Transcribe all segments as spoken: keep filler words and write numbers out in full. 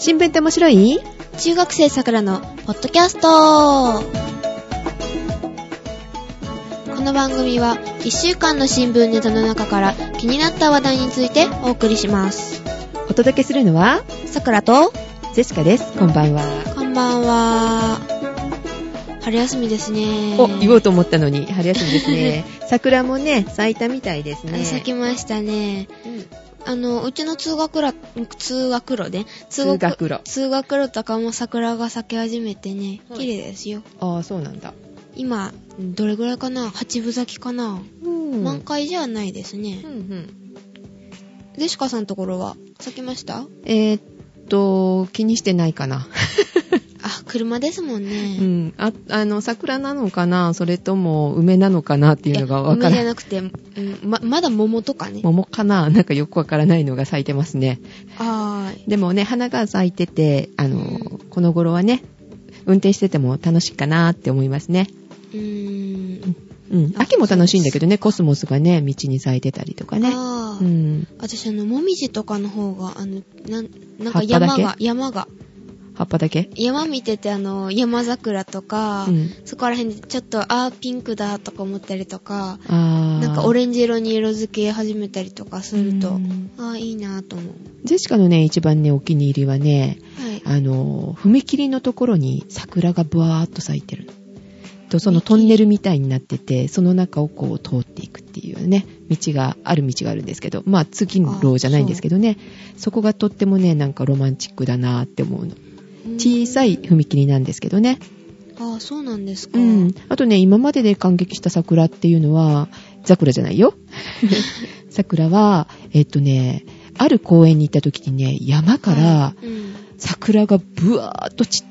新聞って面白い？ 中学生さくらのポッドキャスト。この番組はいっしゅうかんの新聞ネタの中から気になった話題についてお送りします。 お届けするのはさくらとジェシカです。こんばんは。 こんばんは。春休みですね。 お、言おうと思ったのに春休みですね。桜もね咲いたみたいですね。 咲きましたね。うん、あのうちの通学路通学路で、ね、 通学路通学路とかも桜が咲き始めてね、綺麗ですよ。 ああ、そうなんだ。 今どれぐらいかな、八分咲きかな、うん、満開じゃないですね。うんうん。ジェシカさんのところは咲きました？ えー、っと気にしてないかな。 あ、車ですもんね。 うん。あ、あの桜なのかな、それとも梅なのかなっていうのがわからない。 梅じゃなくて、うん、ままだ桃とかね。 桃かな、なんかよくわからないのが咲いてますね。 あー。 でもね、花が咲いてて、あの、うん、この頃はね、運転してても楽しいかなって思いますね。うーん。うん、秋も楽しいんだけどね、コスモスがね道に咲いてたりとかね。 あ、うん、私あのもみじとかの方があのななんか山が山が葉っぱだけ山見てて、あの山桜とか、うん、そこら辺でちょっとあーピンクだとか思ったりとか、あ、なんかオレンジ色に色付け始めたりとかすると、うん、あーいいなと思う。 ジェシカのね一番ねお気に入りはね、はい、あの踏切のところに桜がブワーっと咲いてると、そのトンネルみたいになってて、その中をこう通っていくっていうね道がある道があるんですけど、まあ通勤路じゃないんですけどね、 そ, そこがとってもねなんかロマンチックだなって思うの。小さい踏切なんですけどね。 ああ、そうなんですか。 うん。あとね、今までで感激した桜っていうのは桜じゃないよ。桜はえっとねある公園に行った時にね、山から桜がブワーっと散って、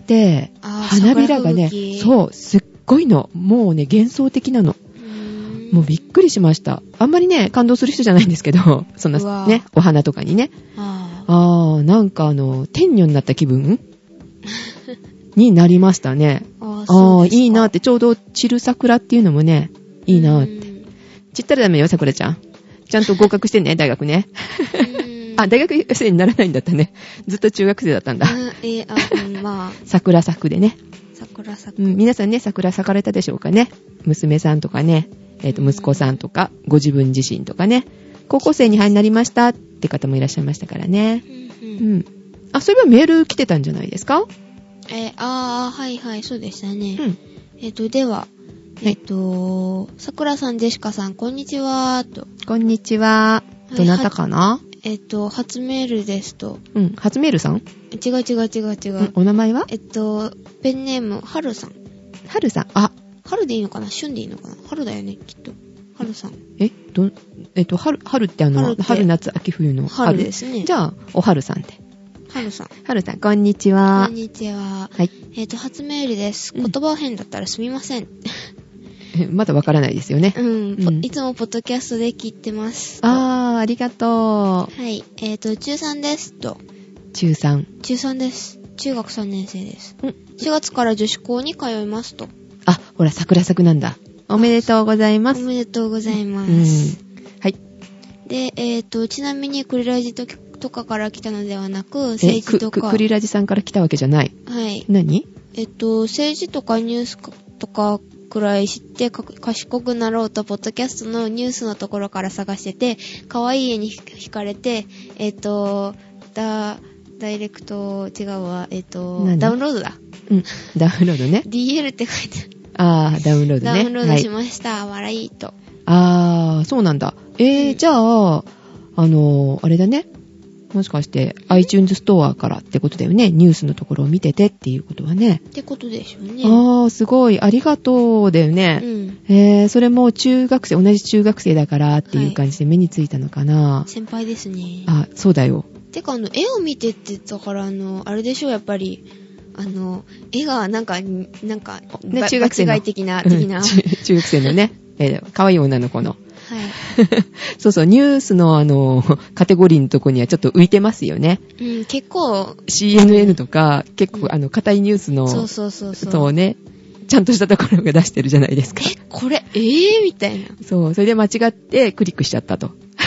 花びらがね、そうすっごいの、もうね幻想的なの。もうびっくりしました。あんまりね感動する人じゃないんですけど、そんなねお花とかにね、ああ、なんかあの天女になった気分になりましたね。ああ、あ、いいなって、ちょうど散る桜っていうのもねいいなって。散ったらダメよ桜ちゃん、ちゃんと合格してね大学ね。あ、大学生にならないんだったね。ずっと中学生だったんだ。うん、えー、あ、うん、まあ桜咲くでね。桜咲く、うん、皆さんね桜咲かれたでしょうかね。娘さんとかね、えー、と息子さんとかご自分自身とかね、高校生になりましたって方もいらっしゃいましたからね。うん、うんうん、あ、そういえばメール来てたんじゃないですか？ えー、あー、はいはい、そうでしたね。うん、えっ、ー、と、では、えっ、ー、と、さくらさん、ジェシカさん、こんにちはと。 こんにちは。どなたかな？はい、 えっ、ー、と、初メールですと。 うん、初メールさん？ 違う違う違う違う。うん、 お名前は？ えっ、ー、と、ペンネーム、はるさん。 はるさん。あ、 はるでいいのかな？しゅんでいいのかな？はるだよね、きっと。はるさん。 え、ど、えっ、ー、と、はる、はるってあの、春、春夏、秋冬の春。春ですね。 じゃあ、おはるさんで。 はるさん。 はるさん、こんにちは。 こんにちは。 はい。 えっ、ー、と、初メールです。言葉変だったらすみません。 うん、まだわからないですよね。 うん、うん。いつもポッドキャストで聞いてます。 あー、ありがとう。はい。えっ、ー、と、中さんですと。 中さん。 中さんです。中学さんねん生です。うん。しがつから女子校に通いますと。 あ、ほら、桜咲くなんだ。おめでとうございます。 おめでとうございます。 うん。はい。 で、えっ、ー、と、ちなみにクリラジととかから来たのではなく、政治とか。 クリラジさんから来たわけじゃない。 はい。 何？ えっ、ー、と、政治とかニュースとかくらい知ってか賢くなろうと、ポッドキャストのニュースのところから探してて、可愛い絵に惹かれて、えっ、ー、と、ダ、ダイレクト、違うわ、えっ、ー、と、ダウンロードだ。 うん、ダウンロードね。 ディーエル って書いてある。 あー、ダウンロードね。 ダウンロードしました。はい、笑いと。 あー、そうなんだ。えー、うん、じゃあ、あのー、あれだね。もしかして iTunes ストアからってことだよね。ニュースのところを見ててっていうことはね。 ってことでしょうね。 あー、すごい。ありがとうだよね。うん、えー、それも中学生、同じ中学生だからっていう感じで目についたのかな。 はい、先輩ですね。 あ、そうだよ。 てか、あの、絵を見てって言ったから、あの、あれでしょう、やっぱり。あの、絵がなんか、なんか、 ね、中学生の。 間違い的な、的な。 うん、中学生のね、えー、可愛い女の子の。 はい。 そうそう、ニュースのあの、カテゴリーのとこにはちょっと浮いてますよね。 うん、結構。 シーエヌエヌ とか、結構、うん、あの、硬いニュースの。 そうそうそうそう。 そうね。ちゃんとしたところが出してるじゃないですか。 え、これ、えーみたいな。 そう、それで間違ってクリックしちゃったと。 う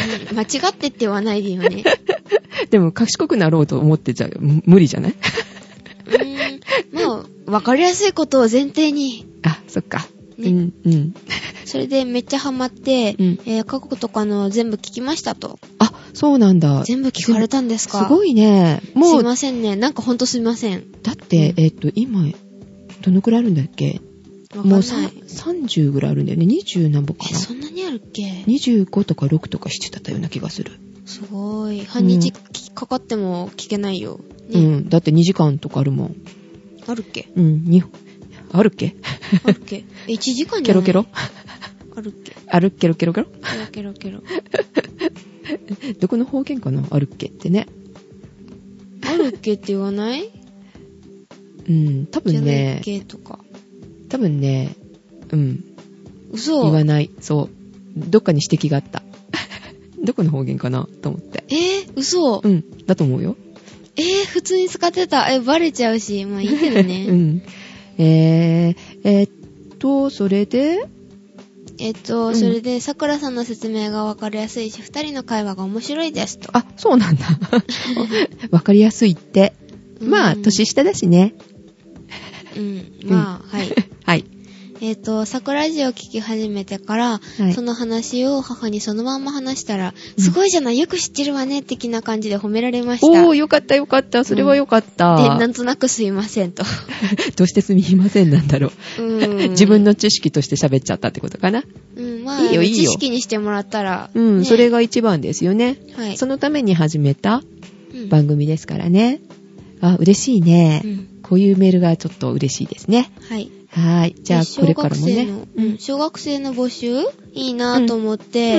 うん、間違ってってはないでよね。 でも賢くなろうと思ってちゃ無理じゃない？ うーん、まあ、わかりやすいことを前提に。 あ、そっか。 ね、 うんうん。 それでめっちゃハマって、うん、えー、過去とかの全部聞きましたと。 あ、そうなんだ。 全部聞かれたんですか？ すごいね。もう。 すいませんね。なんかほんとすいません。 だって、うん、えっと、今、どのくらいあるんだっけ？もうさんじゅうぐらいあるんだよね。にじゅう何本かな。 え、そんなにあるっけ？ にじゅうごとかろくとかななだったような気がする。 すごい。半日かかっても聞けないよ。 ね、うん。だってにじかんとかあるもん。 あるっけ？ うん。に、あるっけ？ あるっけ？え、いちじかんじゃない？ ケロケロあるっけ？ あるっけろケロケロケロケロケロ。 どこの方言かな？あるっけってね。 あるっけって言わない？ うん、多分ね。 じゃないっけとか。 多分ね、うん。 嘘。 言わない。そう。どっかに指摘があった。どこの方言かなと思って。 えー、嘘。 うん。だと思うよ。 えー、普通に使ってた。え、バレちゃうし。まあいいけどね。 うん。えー、えー、っと、それでえっと、うん、それで、桜さんの説明がわかりやすいし、二人の会話が面白いですと。 あ、そうなんだ。わかりやすいって。まあ、年下だしね。 うん。まあ、うん、はい。 はい。 えっと、桜ジオを聞き始めてから、はい、その話を母にそのまんま話したら、うん、すごいじゃない、よく知ってるわね、的な感じで褒められました。 おー、よかったよかった。それはよかった。 うん、で、なんとなくすいませんと。 どうしてすみませんなんだろう。うん。自分の知識として喋っちゃったってことかな。 うん、まあ、いいよいいよ。知識にしてもらったら。 うん、ね、それが一番ですよね。はい。そのために始めた番組ですからね。うん、あ、嬉しいね。うん。こういうメールがちょっと嬉しいですね。 はい。 はい。じゃあ、これからもね。 うん。小学生の募集いいなぁと思って、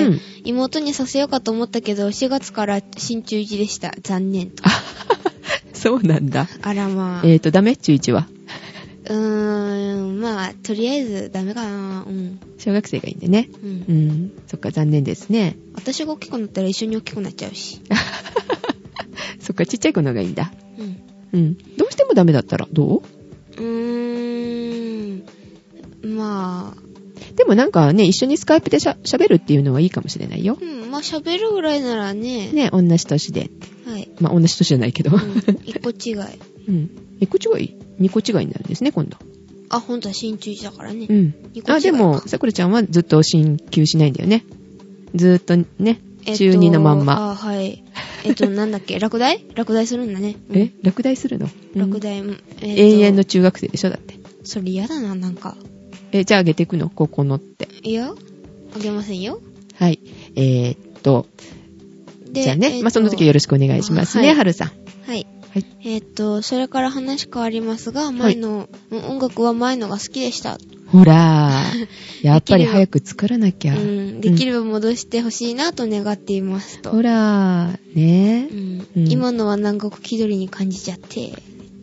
うんうん、妹にさせようかと思ったけど、しがつから新中いちでした。残念と。 そうなんだ。 あらまあ。 えーと、ダメ？中いちは。 うーん、まあ、とりあえずダメかな。うん。 小学生がいいんでね。うん。うん。そっか、残念ですね。 私が大きくなったら一緒に大きくなっちゃうし。 そっか、ちっちゃい子のがいいんだ。うん。うん。どうしてもダメだったらどう？ うーん。まあ。 でもなんかね、一緒にスカイプでしゃ、喋るっていうのはいいかもしれないよ。 うん、まあ喋るぐらいならね。 ね、同じ年で。はい。まあ同じ年じゃないけど。うん、 一個違い。 うん。一個違い？二個違いになるんですね、今度。 あ、ほんとは新中いちだからね。 うん。二個違い。あ、でも、さくらちゃんはずっと進級しないんだよね。ずーっとね、えっと、中にのまんま。 あ、はい。えっと、なんだっけ、落第落第するんだね。 うん、え落第するの？ 落第、うん、 えー、永遠の中学生でしょだって。 それ嫌だな、なんか。 え、じゃああげていくの？ここのって。 いや、あげませんよ。 はい。えー、っと、じゃあね、えー、まあ、その時よろしくお願いしますね、はい、はるさん。 はい。はい。えー、っと、それから話変わりますが、前の、はい、音楽は前のが好きでした。 ほらー、やっぱり早く作らなきゃ。 うん、できれば戻してほしいなと願っていますと。 ほらー、ねー、 うんうん。今のは南国気取りに感じちゃって、って。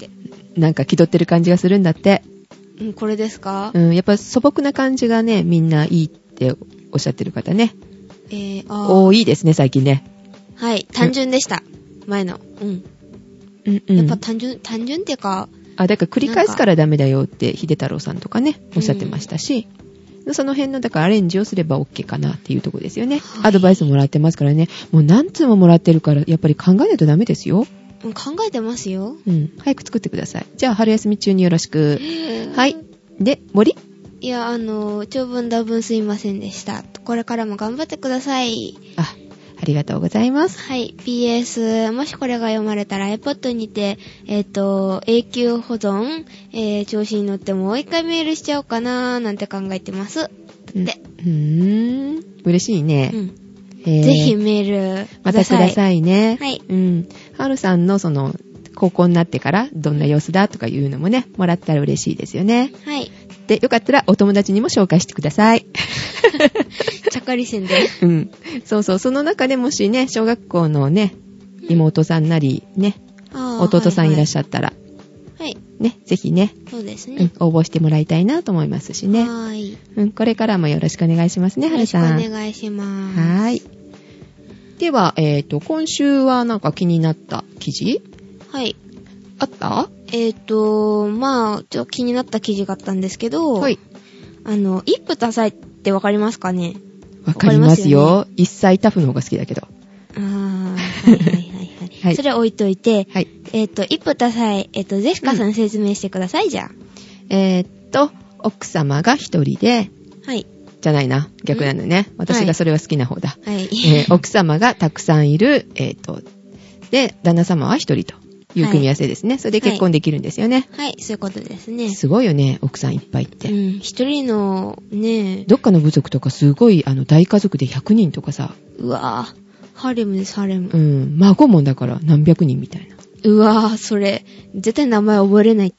なんか気取ってる感じがするんだって。 うん、これですか？ うん、やっぱ素朴な感じがね、みんないいっておっしゃってる方ね。 えー、あー。 多いですね、最近ね。 はい、単純でした。うん、前の。うん。うんうん。やっぱ単純、単純っていうか。 あ、だから繰り返すからダメだよって、秀太郎さんとかね、おっしゃってましたし、うん、その辺の、だからアレンジをすれば OK かなっていうところですよね。はい、アドバイスもらってますからね。もう何通ももらってるから、やっぱり考えないとダメですよ。 考えてますよ。 うん。早く作ってください。じゃあ、春休み中によろしく。はい。で、森？ いや、あの、長文多文すいませんでした。これからも頑張ってください。 あ、ありがとうございます。 はい。ピーエス、もしこれが読まれたら iPod にて、えっと、永久保存、えー、調子に乗ってもう一回メールしちゃおうかなーなんて考えてます。 うん、で。うーん。嬉しいね。うん。 えー、ぜひメールまたくださいね。 はい。 うん。はるさんのその、高校になってからどんな様子だとかいうのもね、もらったら嬉しいですよね。 はい。 で、よかったらお友達にも紹介してください。 ちゃかり線で。 うん。そうそう。その中でもしね、小学校のね、妹さんなりね、うん、弟さんいらっしゃったら、 はい、はい。 ね、ぜひね。 そうですね、 うん。応募してもらいたいなと思いますしね。 はい。 うん。これからもよろしくお願いしますね、はるさん。 よろしくお願いします。 はい。では、えっと、今週はなんか気になった記事？ はい。 あった？ えっと、まあ、ちょっと気になった記事があったんですけど、はい。あの、一夫多妻ってわかりますかね？ わかりますよ。一切タフの方が好きだけど。 あー、はいはいはいはい。はい、それ置いといて、はい、えっ、ー、と、一夫多妻、えっ、ー、と、ゼシカさん説明してください、うん、じゃあ。 えー、っと、奥様が一人で、はい。じゃないな。逆なのね。私がそれは好きな方だ。はい。えー、奥様がたくさんいる、えー、っと、で、旦那様は一人という組み合わせですね。はい、それで結婚できるんですよね。 はい、はい、そういうことですね。 すごいよね、奥さんいっぱいって。 うん、一人の、ね、 どっかの部族とかすごい、あの、大家族でひゃくにんとかさ。 うわぁ。ハーレムです、ハーレム。 うん。孫もだから何百人みたいな。 うわぁ、それ、絶対名前覚えれないって。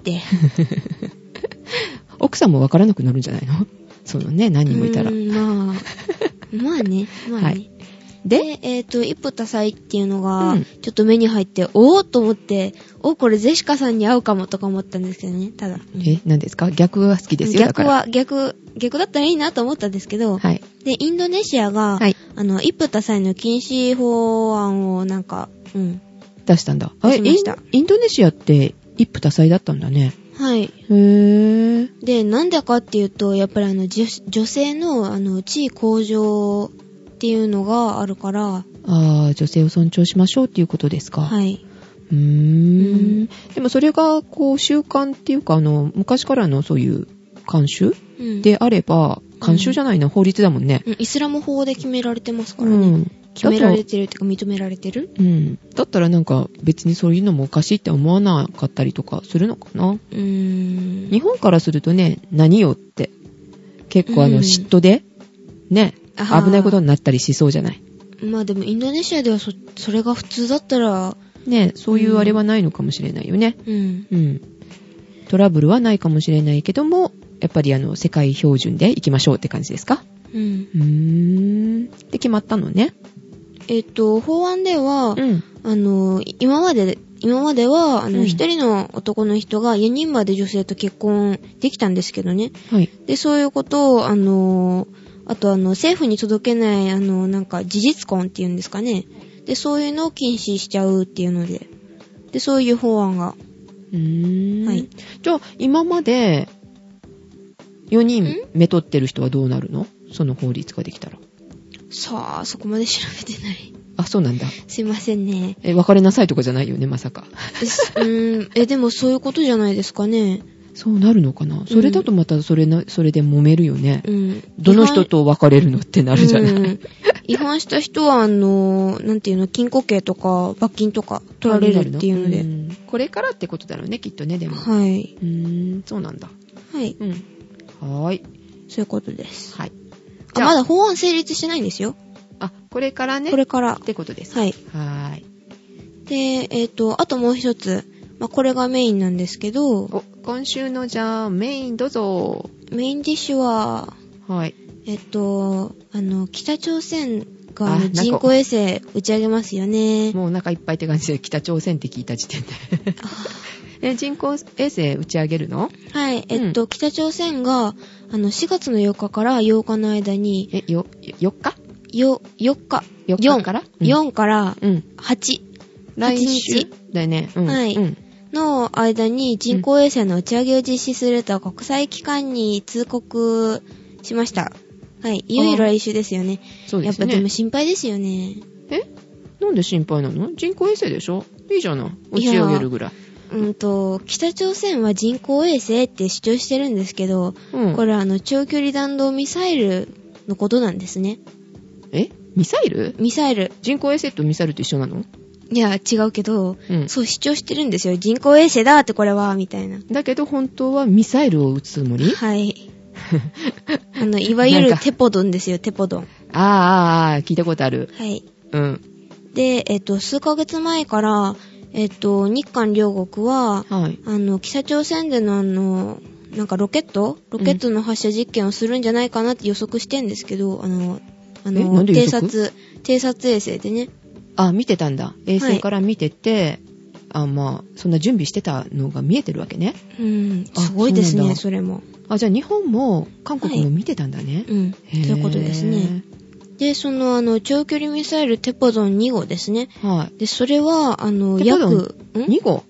奥さんもわからなくなるんじゃないの？そのね、何人もいたら。 うーん、まあ。まあね、まあね。はい、で、えっ、ー、と、一夫多妻っていうのが、ちょっと目に入って、うん、おーっと思って、お、これゼシカさんに合うかもとか思ったんですけどね、ただ。 え、何ですか？逆は好きですよ。 逆は、逆、逆だったらいいなと思ったんですけど、はい。で、インドネシアが、はい、あの、一夫多妻の禁止法案をなんか、うん。 出したんだ。あれ、インドネシアって一夫多妻だったんだね。 はい。 へー。 で、なんでかっていうと、やっぱりあの、女性の、あの、地位向上っていうのがあるから。 ああ、女性を尊重しましょうっていうことですか。 はい。 うーん。うん、でもそれが、こう、習慣っていうか、あの、昔からのそういう慣習、うん、であれば、慣習じゃないな、うん、法律だもんね。 イスラム法で決められてますからね。うん、決められてるっていうか認められてる？ うん。だったらなんか別にそういうのもおかしいって思わなかったりとかするのかな？うーん。日本からするとね、何よって結構あの嫉妬で、ね、危ないことになったりしそうじゃない？ まあでもインドネシアではそ、それが普通だったらね、そういうあれはないのかもしれないよね。うん。うん。トラブルはないかもしれないけども、やっぱりあの世界標準で行きましょうって感じですか？うん。うーん。で決まったのね。 えっと、法案では、うん、あの、今まで、今までは、あの、一、うん、人の男の人がよにんまで女性と結婚できたんですけどね。はい。で、そういうことを、あの、あとあの、政府に届けない、あの、なんか、事実婚っていうんですかね。で、そういうのを禁止しちゃうっていうので。で、そういう法案が。 うーん。はい。じゃあ、今まで、よにんめとってる人はどうなるの？その法律ができたら。 さあ、そこまで調べてない。 あ、そうなんだ。 すいませんね。 え、別れなさいとかじゃないよね、まさか。 うーん、え、でもそういうことじゃないですかね。 そうなるのかな、うん、それだとまたそれな、それで揉めるよね。うん。どの人と別れるのってなるじゃない。うん、 違反した人は、あの、なんていうの、禁錮刑とか罰金とか取られるっていうので。うん、 これからってことだろうね、きっとね、でも。 はい。 うーん、そうなんだ。 はい。 うん。はーい。 そういうことです。 はい。 あ、まだ法案成立してないんですよ。 あ、これからね。 これから。 ってことです。 はい。 はーい。 で、えっと、あともう一つ。まあ、これがメインなんですけど。 お、今週のじゃあ、メインどうぞ。 メインディッシュは、 はい。 えっと、あの、北朝鮮があの人工衛星打ち上げますよね。 もうお腹いっぱいって感じで、北朝鮮って聞いた時点で。え、人工衛星打ち上げるの？ はい。えっと、うん、北朝鮮が、あの、しがつのよっかからようかの間に。 え、よ、よっか？ よ、よっか。 よっかから？ うん、よんからはち。 来週だよね。うん、 はい。うん、の間に人工衛星の打ち上げを実施すると国際機関に通告しました。はい。いよいよ来週ですよね。 そうですね。 やっぱでも心配ですよね。 え？なんで心配なの？人工衛星でしょ？いいじゃない。打ち上げるぐらい。 うんと、北朝鮮は人工衛星って主張してるんですけど、うん、これはあの、長距離弾道ミサイルのことなんですね。 え？ミサイル？ ミサイル。 人工衛星とミサイルと一緒なの？ いや、違うけど、うん、そう主張してるんですよ。人工衛星だってこれは、みたいな。 だけど本当はミサイルを撃つつもり？ はい。あの、いわゆるテポドンですよ、テポドン。 ああ、ああ、聞いたことある。 はい。 うん。 で、えっと、数ヶ月前から、えっと、日韓両国は、はい、あの、北朝鮮でのあの、なんかロケットロケットの発射実験をするんじゃないかなって予測してんですけど、あの、あの、偵察、偵察衛星でね。 あ、見てたんだ。衛星から見てて、はい、あ、まあ、そんな準備してたのが見えてるわけね。 うん、すごいですね、それも。 あ、じゃあ日本も韓国も見てたんだね。はい、 うん、そういうことですね。で、その、あの、長距離ミサイルテポドンに号ですね。はい。で、それは、あの、約、 に号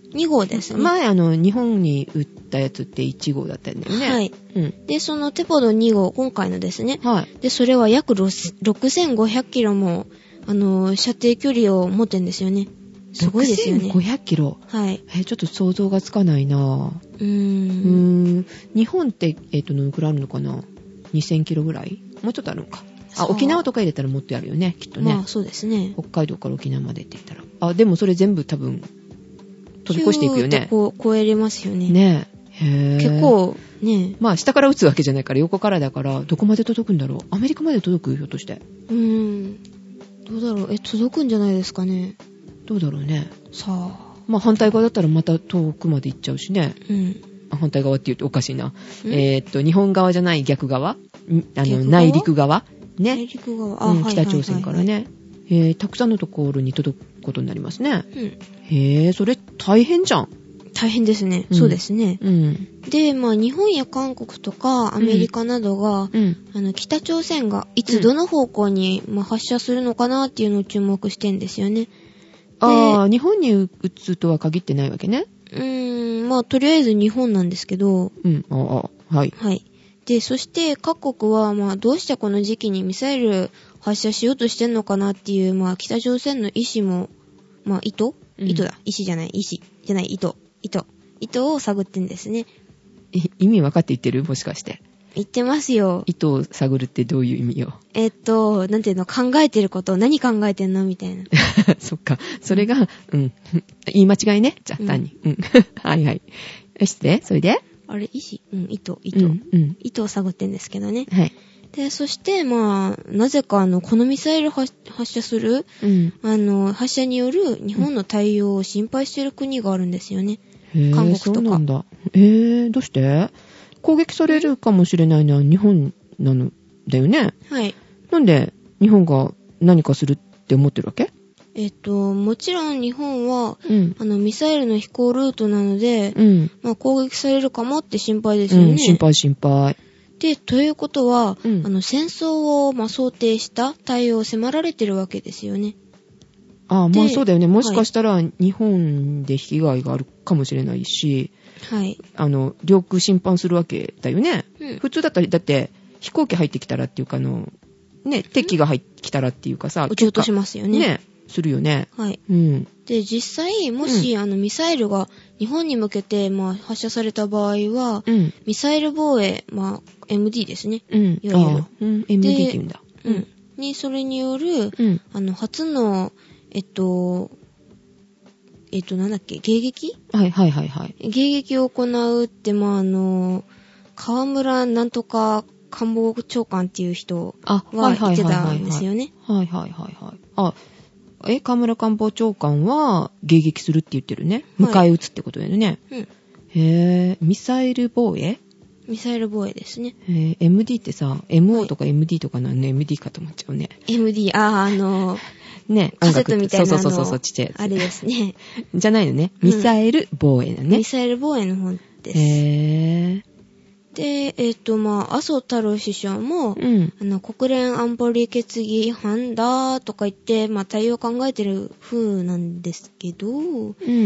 に号ですね。 前あの、日本に売ったやつっていち号だったんだよね。 はい。 うん。 で、そのテポドに号、今回のですね。 はい。 で、それは約ろくせんごひゃくキロも、あの、射程距離を持ってんですよね。すごいですよね。 ろくせんごひゃくキロ。 はい。 え、ちょっと想像がつかないなぁ。 うーん。 うーん。日本って、えっと、どのくらいあるのかな ?にせん キロぐらいもうちょっとあるのか。あ、沖縄とか入れたらもっとあるよね、きっとね。 まあ、そうですね。 北海道から沖縄までって言ったら。あ、でもそれ全部多分、飛び越していくよね。 こう超えれますよね。 ねえ。へぇ。 結構、ね。 まあ、下から撃つわけじゃないから、横からだから、どこまで届くんだろう。アメリカまで届くひょっとして。 うーん。どうだろう。え、届くんじゃないですかね。 どうだろうね。 さあ。 まあ、反対側だったらまた遠くまで行っちゃうしね。 うん。 反対側って言うとおかしいな。えー、っと、日本側じゃない逆側あの、内陸側ね。 内陸側。あ、 うん、 はい、 北朝鮮からね。えー、たくさんのところに届くことになりますね。 うん。 へぇ、それ大変じゃん。 大変ですね。 うん、 そうですね。 うん。 で、まあ、日本や韓国とかアメリカなどが、 うん、 あの、北朝鮮がいつどの方向に、まあ、発射するのかなっていうのを注目してんですよね。 ああ、日本に撃つとは限ってないわけね。 うーん、まあ、とりあえず日本なんですけど。 うん、ああ、はい。 はい。で、そして各国は、まあ、どうしてこの時期にミサイル発射しようとしてんのかなっていう、まあ、北朝鮮の意思も、まあ、意図、うん、意図だ。意思じゃない、意思じゃない、意図。意図。意図を探ってんですね。 意味分かって言ってるもしかして。 言ってますよ。 意図を探るってどういう意味よ。 えっと、なんていうの、考えてること、何考えてんのみたいな。 そっか。それが、うん。言い間違いね。じゃあ、単に。うん。はいはい。して、それであれ、意思うん、意図、意図。うんうん、意図を探ってんですけどね。 はい。 で、そして、まあ、なぜか、あの、このミサイル発射する、うん、あの、発射による日本の対応を心配している国があるんですよね。 うん、韓国とか。そうなんだ。えー、どうして攻撃されるかもしれないのは日本なのだよね。 はい。 なんで日本が何かするって思ってるわけ？ えっと、もちろん日本は、うん、あの、ミサイルの飛行ルートなので、うん、まあ、攻撃されるかもって心配ですよね。うん、 心配心配。 で、ということは、うん、あの、戦争を、まあ、想定した対応を迫られてるわけですよね。 ああ、まあそうだよね。もしかしたら日本で被害があるかもしれないし、 はい。 あの、領空侵犯するわけだよね。うん、普通だったら、だって飛行機入ってきたらっていうか、あの、ね、敵が入ってきたらっていうかさ、 撃ち落としますよね。 ね、するよね。 はい。 うん。 で、実際、もし、うん、あの、ミサイルが日本に向けて、まあ、発射された場合は、うん、ミサイル防衛、まあ、エムディー ですね。 うん。 いわゆる。 うん、エムディー って言うんだ。 うん。に、それによる、うん、あの、初の、えっと、えっと、なんだっけ、迎撃？ はいはいはいはい。 迎撃を行うって、まあ、あの、河村なんとか官房長官っていう人は言ってたんですよね。 はいはいはいはい。あ、え、河村官房長官は迎撃するって言ってるね。迎え撃つってことだよね。はい、うん。へぇ、ミサイル防衛？ ミサイル防衛ですね。 へぇ、エムディー ってさ、エムオー とか エムディー とかの、ね、エムディー かと思っちゃうね。 エムディー、あー、あの、 ね、 カセットみたいなの。 そうそうそうそう、ちっちゃいやつ。 あれですね。 じゃないのね。ミサイル防衛だね。 ミサイル防衛の方です。 へー。 で、えっと、まあ、麻生太郎首相も、うん、あの、国連安保理決議違反だとか言って、まあ、対応を考えてる風なんですけど、うん。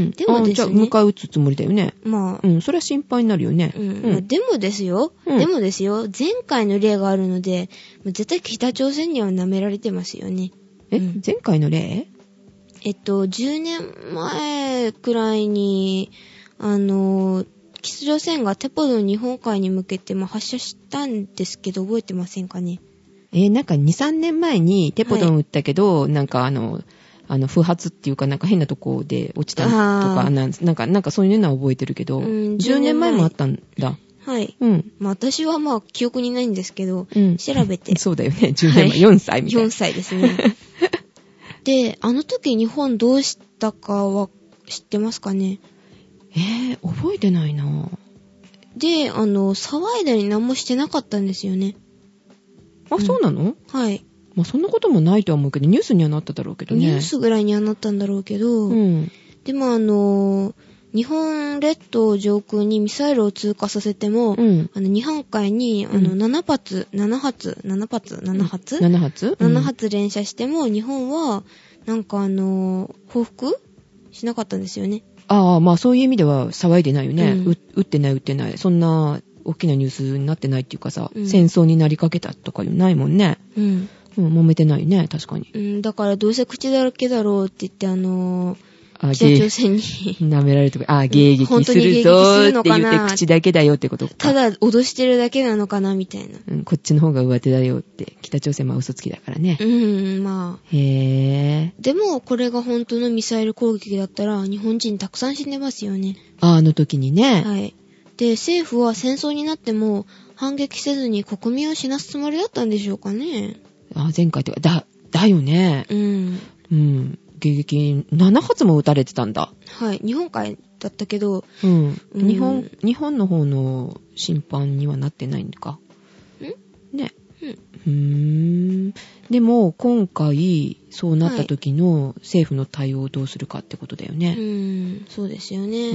でもですね。 じゃあ、迎え撃つつもりだよね。 まあ。 うん、それは心配になるよね。 うん。うんまあ、でもですよ、うん。でもですよ。前回の例があるので、絶対北朝鮮には舐められてますよね。 え、うん、前回の例？ えっと、じゅうねんまえくらいに、あの、北朝鮮がテポドン日本海に向けて、まあ、発射したんですけど、覚えてませんかね。 えー、なんかに、さんねんまえにテポドン撃ったけど、はい、なんかあの、あの、不発っていうかなんか変なとこで落ちたとか、なんなんか、なんかそういうのは覚えてるけど、うん、じゅうねんまえもあったんだ。 はい。うん。まあ私はまあ記憶にないんですけど、うん、調べて。 そうだよね。じゅうねんまえ、はい、よんさいみたいな。 よんさいですね。で、あの時日本どうしたかは知ってますかね？ えー、覚えてないな。 で、あの、騒いだり何もしてなかったんですよね。 あ、うん、そうなの？ はい。 まあそんなこともないとは思うけど、ニュースにはなっただろうけどね。 ニュースぐらいにはなったんだろうけど、うん。でもあの、日本列島上空にミサイルを通過させても、うん、あの、日本海に、あの、ななはつ、ななはつ、ななはつ、ななはつ ?なな 発、うん、ななはつ連射しても、日本は、なんかあの、報復しなかったんですよね。 ああ、まあそういう意味では騒いでないよね。 うん、 う撃ってない撃ってない。そんな大きなニュースになってないっていうかさ、うん、戦争になりかけたとかいうないもんね。うん。うん、揉めてないね、確かに。 うん、だからどうせ口だけだろうって言って、あのー、北朝鮮に舐められるとか、ああ、迎撃するぞーって言って口だけだよってことか。 ただ脅してるだけなのかなみたいな。 うん、こっちの方が上手だよって、北朝鮮は嘘つきだからね。 うん、まあ。 へー。 でも、これが本当のミサイル攻撃だったら、日本人たくさん死んでますよね。 あ、あの時にね。 はい。で、政府は戦争になっても反撃せずに国民を死なすつもりだったんでしょうかね。 あ、前回とか、だ、だよね。 うん。 うん。迎撃なな発も撃たれてたんだ。 はい。日本海だったけど、 うん。うん、日本、日本の方の審判にはなってないんか。んね。うん。うーん。でも、今回、そうなった時の政府の対応をどうするかってことだよね。 はい、うーん。そうですよね。 うん。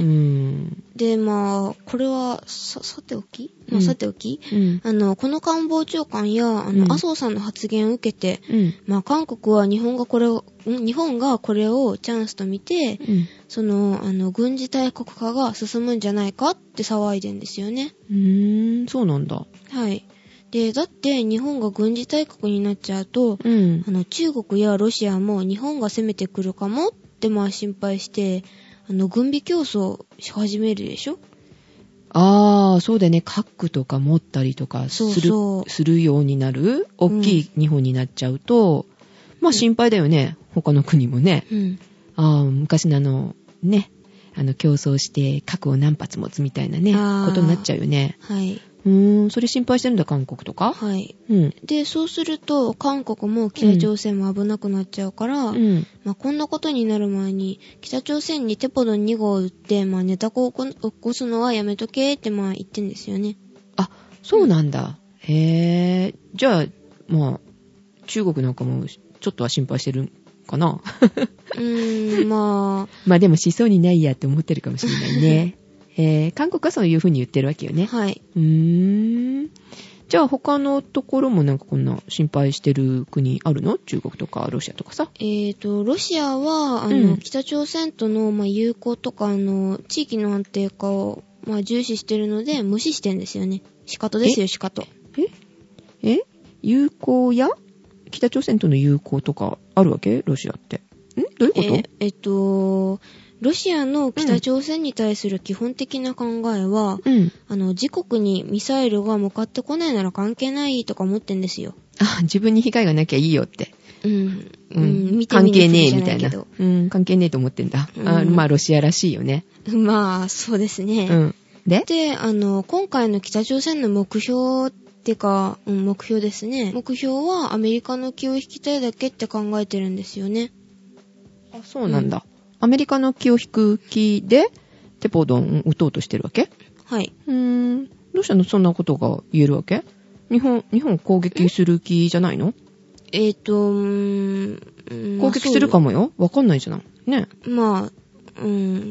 で、まあ、これは、さ、さておき、まあ、さておき、うん、あの、この官房長官や、あの、うん、麻生さんの発言を受けて、うん、まあ、韓国は日本がこれを、日本がこれをチャンスと見て、うん、その、あの、軍事大国化が進むんじゃないかって騒いでんですよね。 うーん、そうなんだ。 はい。で、だって日本が軍事大国になっちゃうと、うん、あの、中国やロシアも日本が攻めてくるかもってまあ心配して、あの、軍備競争し始めるでしょ？ ああ、そうだね。核とか持ったりとかする、そうそう、するようになる大きい日本になっちゃうと、うん、まあ心配だよね。他の国もね。うん、ああ、昔のあの、ね、あの、競争して核を何発持つみたいなね、ことになっちゃうよね。 はい。 うーん、それ心配してるんだ、韓国とか。 はい。うん。で、そうすると、韓国も北朝鮮も危なくなっちゃうから、うん、まあ、こんなことになる前に、北朝鮮にテポドンに号を撃って、まあ、ネタを起こすのはやめとけって、まあ、言ってんですよね。 あ、そうなんだ。うん、へぇー。じゃあ、まあ、中国なんかも、ちょっとは心配してるかな。 うーん、まあ。 まあ、でもしそうにないやって思ってるかもしれないね。えー、韓国はそういう風に言ってるわけよね。 はい。 うーん。じゃあ他のところもなんかこんな心配してる国あるの？中国とかロシアとかさ。 えーと、ロシアは、あの、うん、北朝鮮との、まあ、友好とか、あの、地域の安定化を、まあ、重視してるので、無視してんですよね。仕方ですよ、仕方。 ええ友好や北朝鮮との友好とかあるわけ？ロシアって。んどういうこと？ え、えっと、ロシアの北朝鮮に対する基本的な考えは、うん、あの、自国にミサイルが向かってこないなら関係ないとか思ってんですよ。 あ、自分に被害がなきゃいいよって。 うん。うん。 見てみる関係ねえみたいな。うん。関係ねえと思ってんだ。うん、あ、まあ、ロシアらしいよね。 まあ、そうですね。 うん。で？ で、あの、今回の北朝鮮の目標ってか、うん、目標ですね。目標はアメリカの気を引きたいだけって考えてるんですよね。 あ、そうなんだ。うん、アメリカの気を引く気で、テポドン撃とうとしてるわけ？ はい。 うーん。どうしたのそんなことが言えるわけ？日本、日本攻撃する気じゃないの？ えーと、うーん。攻撃するかもよ。わかんないじゃない。ね。 まあ、うん、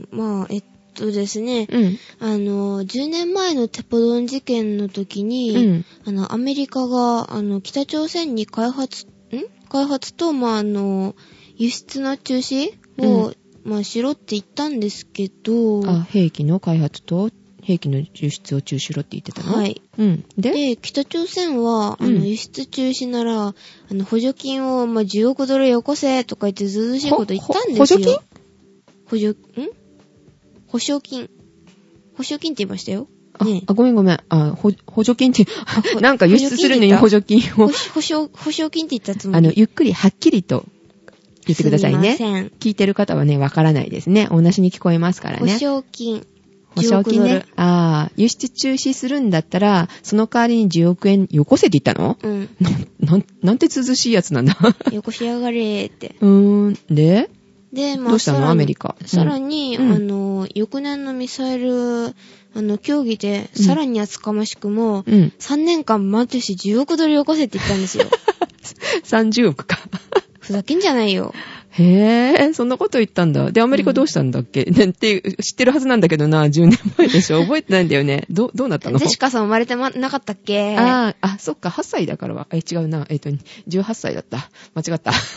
まあ、えっとですね。 うん。 あの、じゅうねんまえのテポドン事件の時に、うん、あの、アメリカが、あの、北朝鮮に開発、ん開発と、まあ、あの、輸出の中止を、うんまあ、しろって言ったんですけど。 あ、兵器の開発と兵器の輸出を中止しろって言ってたの？ はい。 うん。で、 で北朝鮮は、あの、輸出中止なら、うん、あの、補助金を、まあ、じゅうおくドルよこせとか言ってずうずうしいこと言ったんですよ。 補助金？ 補助、ん保証金。保証金って言いましたよ。 あ、ね、あごめんごめん。あ、補助金って、なんか輸出するのに補助金を。 保証、保証金って言ったつもり。 あの、ゆっくりはっきりと。言ってくださいね。 すみません。 聞いてる方はね、わからないですね。同じに聞こえますからね。 保証金。 保証金ね。ああ、輸出中止するんだったら、その代わりにじゅうおくえんよこせって言ったの？ うん。 な、なん、なんて涼しいやつなんだ。 よこしやがれーって。 うーん。でで、まあ、 どうしたのアメリカ。 さらに、うん、あの、翌年のミサイル、あの、競技で、さらに厚かましくも、うん、さんねんかん待ってしじゅうおくドルよこせって言ったんですよ。 さんじゅうおくか。 ふざけんじゃないよ。 へぇー、そんなこと言ったんだ。で、アメリカどうしたんだっけ、うん、って知ってるはずなんだけどな、じゅうねんまえでしょ。覚えてないんだよね。ど、どうなったの？ ジェシカさん生まれてま、なかったっけ？ ああ、あ、そっか、はっさいだからは。え、違うな。えっと、じゅうはっさいだった。間違った。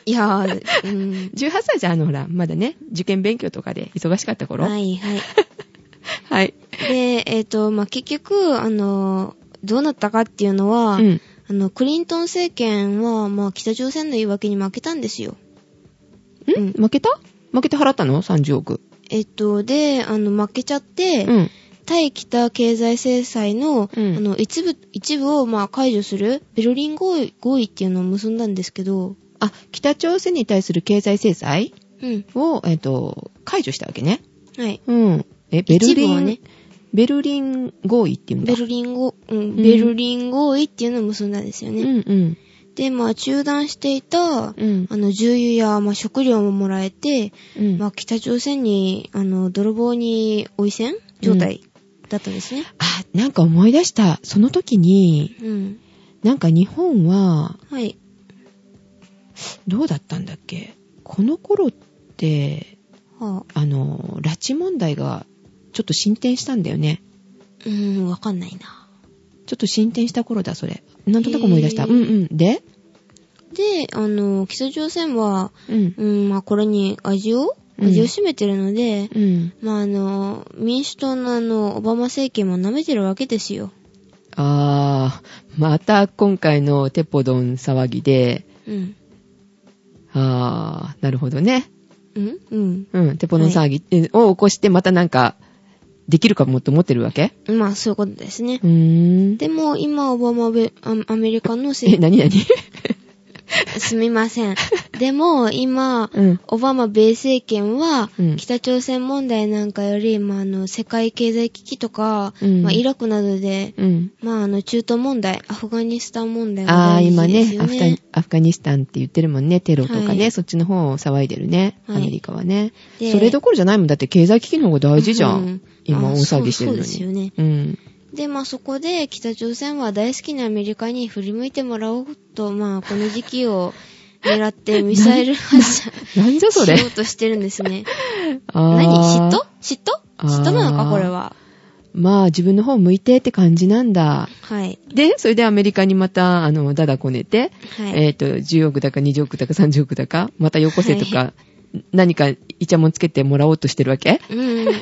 いやー、うん。 じゅうはっさいじゃん、あのほら、まだね、受験勉強とかで忙しかった頃。 はいはい。 はい。 で、えっ、ー、と、まあ、結局、あの、どうなったかっていうのは、うん、あの、クリントン政権は、まあ、北朝鮮の言い訳に負けたんですよ。 ん、うん、負けた負けて払ったの ?さんじゅうおく。 えっ、ー、と、で、あの、負けちゃって、うん、対北経済制裁の、うん、あの、一部、一部を、まあ、解除する、ベルリン合意、合意っていうのを結んだんですけど、 あ、北朝鮮に対する経済制裁を、うん、えっ、ー、と、解除したわけね。 はい。 うん。え、ベルリン、ね、ベルリン合意っていうんだ。 ベルリン合、うん、ベルリン合意っていうのを結んだんですよね。 うんうん。 で、まあ、中断していた、うん、あの、重油や、まあ、食料ももらえて、うん、まあ、北朝鮮に、あの、泥棒に追いせん状態だったんですね。うん、 あ、なんか思い出した。その時に、うん、なんか日本は、 はい。 どうだったんだっけ？この頃って、はあ、あの、拉致問題がちょっと進展したんだよね。 うーん、わかんないな。 ちょっと進展した頃だ、それ。なんとなく思い出した。うんうん。でで、あの、北朝鮮は、うん、うん、まあ、これに味を味を占めてるので、うん、まあ、あの、民主党のあの、オバマ政権も舐めてるわけですよ。 あー、また今回のテポドン騒ぎで、うん。あー、なるほどね。 うんうん。 うん、テポドン騒ぎを起こして、またなんか、できるかもと思ってるわけ？ まあ、そういうことですね。うーん。でも、今、オバマベ、アメリカの政権。え、なになにすみません。でも、今、うん、オバマ米政権は、うん、北朝鮮問題なんかより、まあ、あの、世界経済危機とか、うん、まあ、イラクなどで、うん、まあ、あの、中東問題、アフガニスタン問題が大事ですよね。ああ、今ねアフガニスタンって言ってるもんね。テロとかね、はい、そっちの方を騒いでるね。アメリカはね。はい、それどころじゃないもん。だって経済危機の方が大事じゃん。うん、今、大騒ぎしてるのに。 そうですよね。うん。で、まあそこで北朝鮮は大好きなアメリカに振り向いてもらおうと、まあこの時期を狙ってミサイル発射なんじゃそれしようとしてるんですね。何？嫉妬？嫉妬？嫉妬なのかこれは。 まあ自分の方向いてって感じなんだ。 はい。 で、それでアメリカにまた、あの、ダダこねて、はい、えっと、じゅうおくだかにじゅうおくだかさんじゅうおくだか、またよこせとか、はい、何かイチャモンつけてもらおうとしてるわけ？ うん。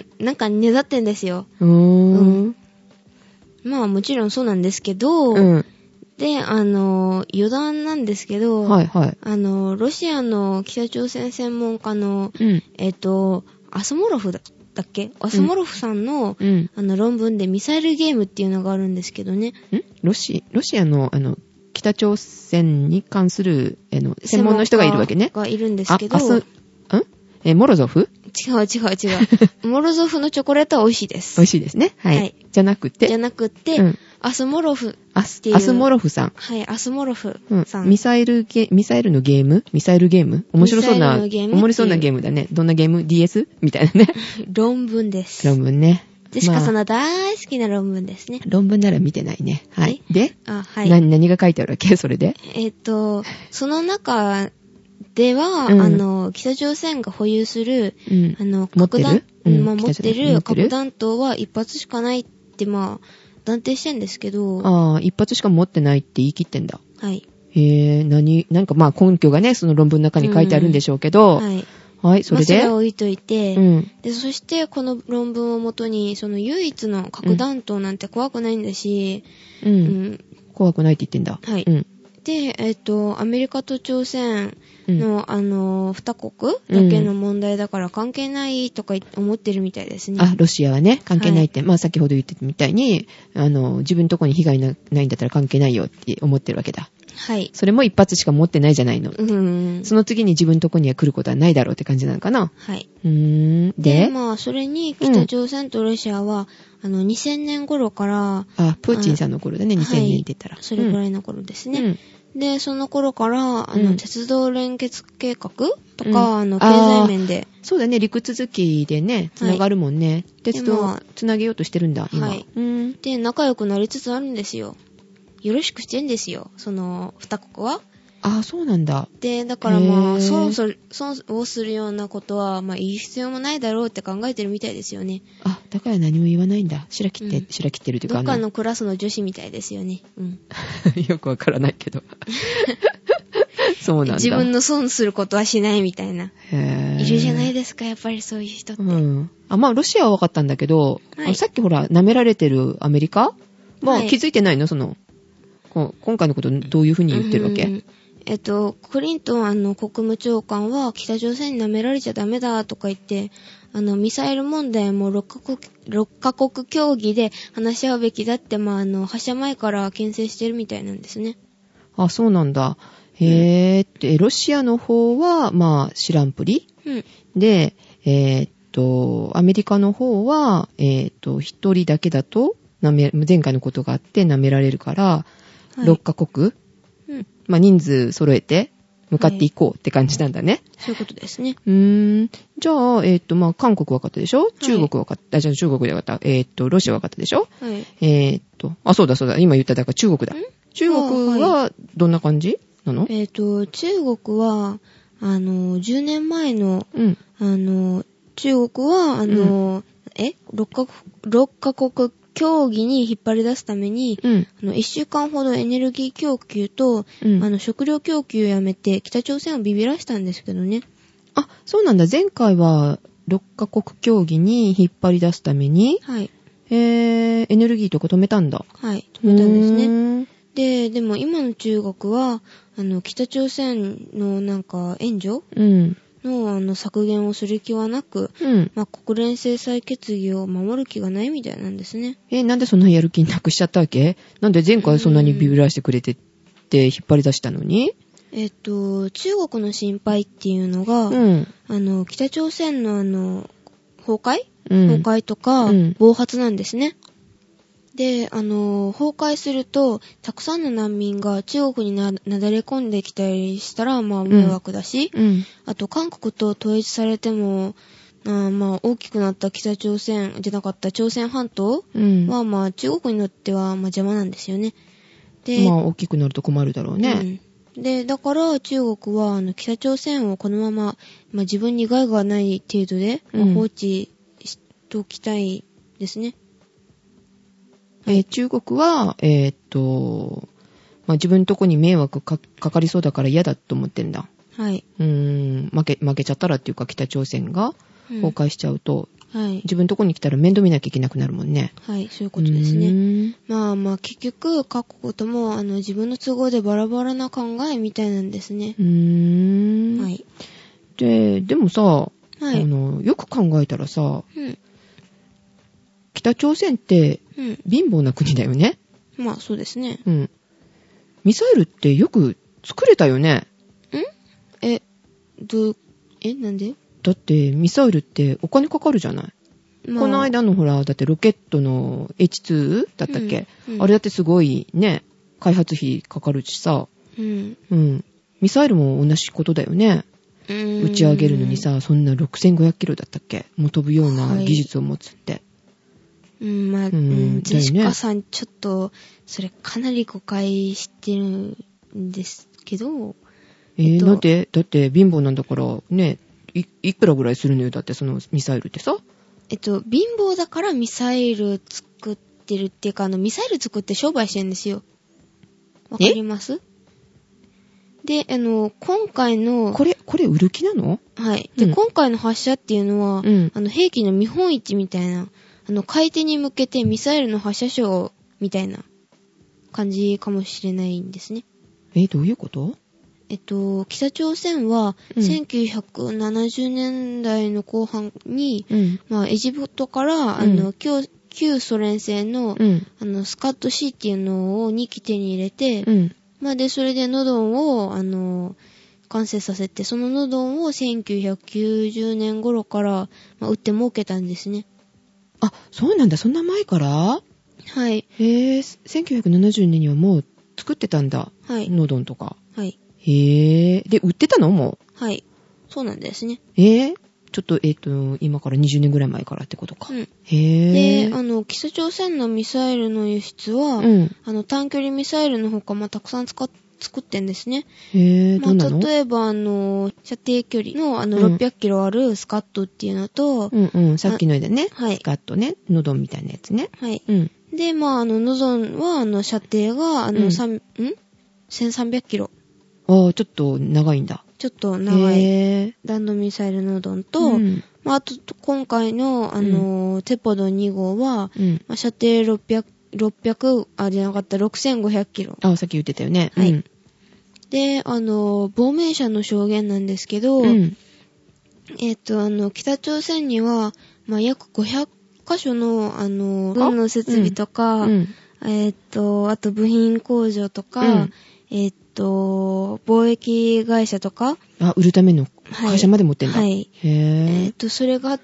なんかねだってんですよ。 うーん。うんまあもちろんそうなんですけど、うん、で、あの、余談なんですけど、はいはい、あの、ロシアの北朝鮮専門家の、うん、えっと、アソモロフだっけアソモロフさんの、うん、あの論文でミサイルゲームっていうのがあるんですけどね。んロシ、ロシアの、あの、北朝鮮に関する、あの、専門の人がいるわけね。 がいるんですけど、 あ、あそ、んえ、モロゾフ？ 違う違う違う。モロゾフのチョコレートは美味しいです。 美味しいですね。はい。はい、じゃなくて。 じゃなくて、うん、アスモロフっていう。 アスモロフさん。 はい、アスモロフさん。 うん、ミサイルゲ、ミサイルのゲームミサイルゲーム面白そうな、おもりそうなゲームだね。どんなゲーム ディーエス? みたいなね。 論文です。 論文ね。 ジェシカさんの大好きな論文ですね。 論文なら見てないね。はい。で、 あ、はい。 何、何が書いてあるわけそれで。 えっと、その中、では、うん、あの、北朝鮮が保有する、うん、あの、核弾、うん、まあ、持ってる核弾頭は一発しかないって、まあ、断定してんですけど。 ああ、一発しか持ってないって言い切ってんだ。 はい。 へえ、何、なんかまあ根拠がね、その論文の中に書いてあるんでしょうけど、うん、はい。はい、それで。 まあ、それは置いといて、うん、で、そしてこの論文をもとに、その唯一の核弾頭なんて怖くないんだし、 うん。うん、怖くないって言ってんだ。 はい。 うん。 で、えっと、アメリカと朝鮮の、うん、あの、二国だけの問題だから関係ないとか思ってるみたいですね。 あ、ロシアはね、関係ないって。はい、まあ、先ほど言ってたみたいに、あの、自分のとこに被害な、ないんだったら関係ないよって思ってるわけだ。 はい。 それも一発しか持ってないじゃないの。 うん。 その次に自分のとこには来ることはないだろうって感じなのかな。 はい。 うーん。で、 でまあ、それに北朝鮮とロシアは、うん、あの、にせんねん頃から、 あ、プーチンさんの頃だね、にせんねんって言ったら。 はい、それぐらいの頃ですね。うんで、その頃から、あの、うん、鉄道連結計画とか、うん、あの、経済面で。 そうだね、陸続きでね、つながるもんね。はい、鉄道つなげようとしてるんだ、今。 はい。うん、で、仲良くなりつつあるんですよ。よろしくしてんですよ、その、二国は。 ああ、そうなんだ。 で、だからまあ、損する、損をするようなことは、まあ、言う必要もないだろうって考えてるみたいですよね。 あ、だから何も言わないんだ。白切って、うん、白切ってるというか。 どっかのクラスの女子みたいですよね。うん。 よくわからないけど。 そうなんだ。 自分の損することはしないみたいな。 へー。 いるじゃないですか、やっぱりそういう人って。 うん。あ、まあ、ロシアは分かったんだけど、 はい、 さっきほら、舐められてるアメリカもう気づいてないの、その、こ今回のことどういうふうに言ってるわけ？ うんうん、えっと、クリントンあの国務長官は北朝鮮に舐められちゃダメだとか言って、あの、ミサイル問題もろっカ国、ろっカ国協議で話し合うべきだって、まあ、あの、発射前から牽制してるみたいなんですね。 あ、そうなんだ。へーって、ロシアの方は、まあ、知らんぷり、 うん、で、 えー、っと、アメリカの方は、えー、っと、一人だけだと、なめ、前回のことがあって舐められるから、はい、ろっカ国、うん、まあ、人数揃えて、向かっていこうって感じなんだね。はい、 そういうことですね。 うーん。じゃあ、えー、っと、まあ、韓国分かったでしょ、はい、中国分かった。あ、じゃあ中国で分かった。えー、っと、ロシア分かったでしょ、はい、えー、っと、あ、そうだそうだ。今言っただから中国だ。中国は、どんな感じなの？ えー、っと、中国は、あの、じゅうねんまえの、うん、あの、中国は、あの、うん、え ?ろっ カ国、ろっカ国協議に引っ張り出すために、うん、あのいっしゅうかんほどエネルギー供給と、うん、あの食料供給をやめて北朝鮮をビビらしたんですけどね。 あ、そうなんだ。前回はろっカ国協議に引っ張り出すために、はい。えー、エネルギーとか止めたんだ。 はい、止めたんですね。で、でも今の中国は、あの北朝鮮のなんか援助、うんの, あの削減をする気はなく、うんまあ、国連制裁決議を守る気がないみたいなんですね。 え、なんでそんなやる気なくしちゃったわけ？なんで前回そんなにビビらしてくれてって引っ張り出したのに？ えっと、中国の心配っていうのが、うん、あの北朝鮮のあの崩壊、うん、崩壊とか、うん、暴発なんですね。で、あの、崩壊すると、たくさんの難民が中国にな、なだれ込んできたりしたら、まあ、迷惑だし、うん、あと、韓国と統一されても、あまあ、大きくなった北朝鮮、じゃなかった朝鮮半島は、うん、まあ、中国にとっては、まあ、邪魔なんですよね。 で、まあ、大きくなると困るだろうね。 うん、で、だから、中国は、あの、北朝鮮をこのまま、まあ、自分に害がない程度で、まあ、放置しておきたいですね。 えー、中国は、えー、っと、まあ、自分のとこに迷惑か、かかりそうだから嫌だと思ってんだ。はい。うーん、負け、負けちゃったらっていうか北朝鮮が崩壊しちゃうと、うん、はい。自分のとこに来たら面倒見なきゃいけなくなるもんね。 はい、そういうことですね。まあまあ結局各国ともあの自分の都合でバラバラな考えみたいなんですね。うーん。はい。で、でもさ、はい、あの、よく考えたらさ、うん。北朝鮮って、貧乏な国だよね、 うん。まあそうですね。 うん。ミサイルってよく作れたよね。 んえ、どう、え、なんで？ だってミサイルってお金かかるじゃない、まあ、この間のほら、だってロケットの エイチツー だったっけ、うんうん、あれだってすごいね、開発費かかるしさ。うん。うん。ミサイルも同じことだよね。うーん、打ち上げるのにさ、そんなろくせんごひゃくキロだったっけ、もう飛ぶような技術を持つって。はい、 うん、まあ、うん、ジェシカさん、ちょっと、それかなり誤解してるんですけど。 えー、えっと、なんでだって貧乏なんだから、ね、い、いくらぐらいするのよ、だってそのミサイルってさ。 えっと、貧乏だからミサイル作ってるっていうか、あの、ミサイル作って商売してるんですよ。わかります？で、あの、今回の。 これ、これ売る気なの？ はい。で、うん、今回の発射っていうのは、うん、あの、兵器の見本市みたいな、あの、買い手に向けてミサイルの発射ショーみたいな感じかもしれないんですね。 え、どういうこと？ えっと、北朝鮮は、せんきゅうひゃくななじゅうねんだいの後半に、うん、まあ、エジプトから、あの、うん、旧、旧ソ連製の、うん、あの、スカット C っていうのをにき手に入れて、うん、まあ、で、それでノドンを、あの、完成させて、そのノドンをせんきゅうひゃくきゅうじゅうねん頃から、まあ、売って儲けたんですね。 あ、そうなんだ。そんな前から？はい。へぇ、せんきゅうひゃくななじゅうねんにはもう作ってたんだ。はい。ノドンとか。はい。へぇ、で、売ってたのもう？はい。そうなんですね。 えぇ、ちょっと、えっと、今からにじゅうねんぐらい前からってことか。うん。へぇ。で、あの、北朝鮮のミサイルの輸出は、うん、あの、短距離ミサイルのほか、まあ、たくさん使っ作ってんですね。 へぇ、 まあ、 どんなの？ 例えば、あの、射程距離の、あの、ろっぴゃくキロあるスカットっていうのと、 うんうん、さっきの間ね。はい。スカットね。ノドンみたいなやつね。 はい。うん。で、まあ、あの、ノドンは、あの、射程が、あの、うん、んせんさんびゃくキロ。 ああ、ちょっと長いんだ。 ちょっと長いへ弾道ミサイルノドンと、 ー。うん。 まあ、あと、今回の、あのー、テポドンに号は、 うん。 まあ、射程ろっぴゃく、ろっぴゃく、あ、じゃなかった、ろくせんごひゃくキロ。 ああ、さっき言ってたよね。 はい。 うん、 で、あのー、亡命者の証言なんですけど、 うん。 えっと、あの、北朝鮮には、まあ、約ごひゃっかしょの、あの、軍の設備とか、 うん。 えっと、あと部品工場とか、 うんえっと、貿易会社とか、 あ、売るための会社まで持ってんだ。 はい。 へえぇっと、それがあって、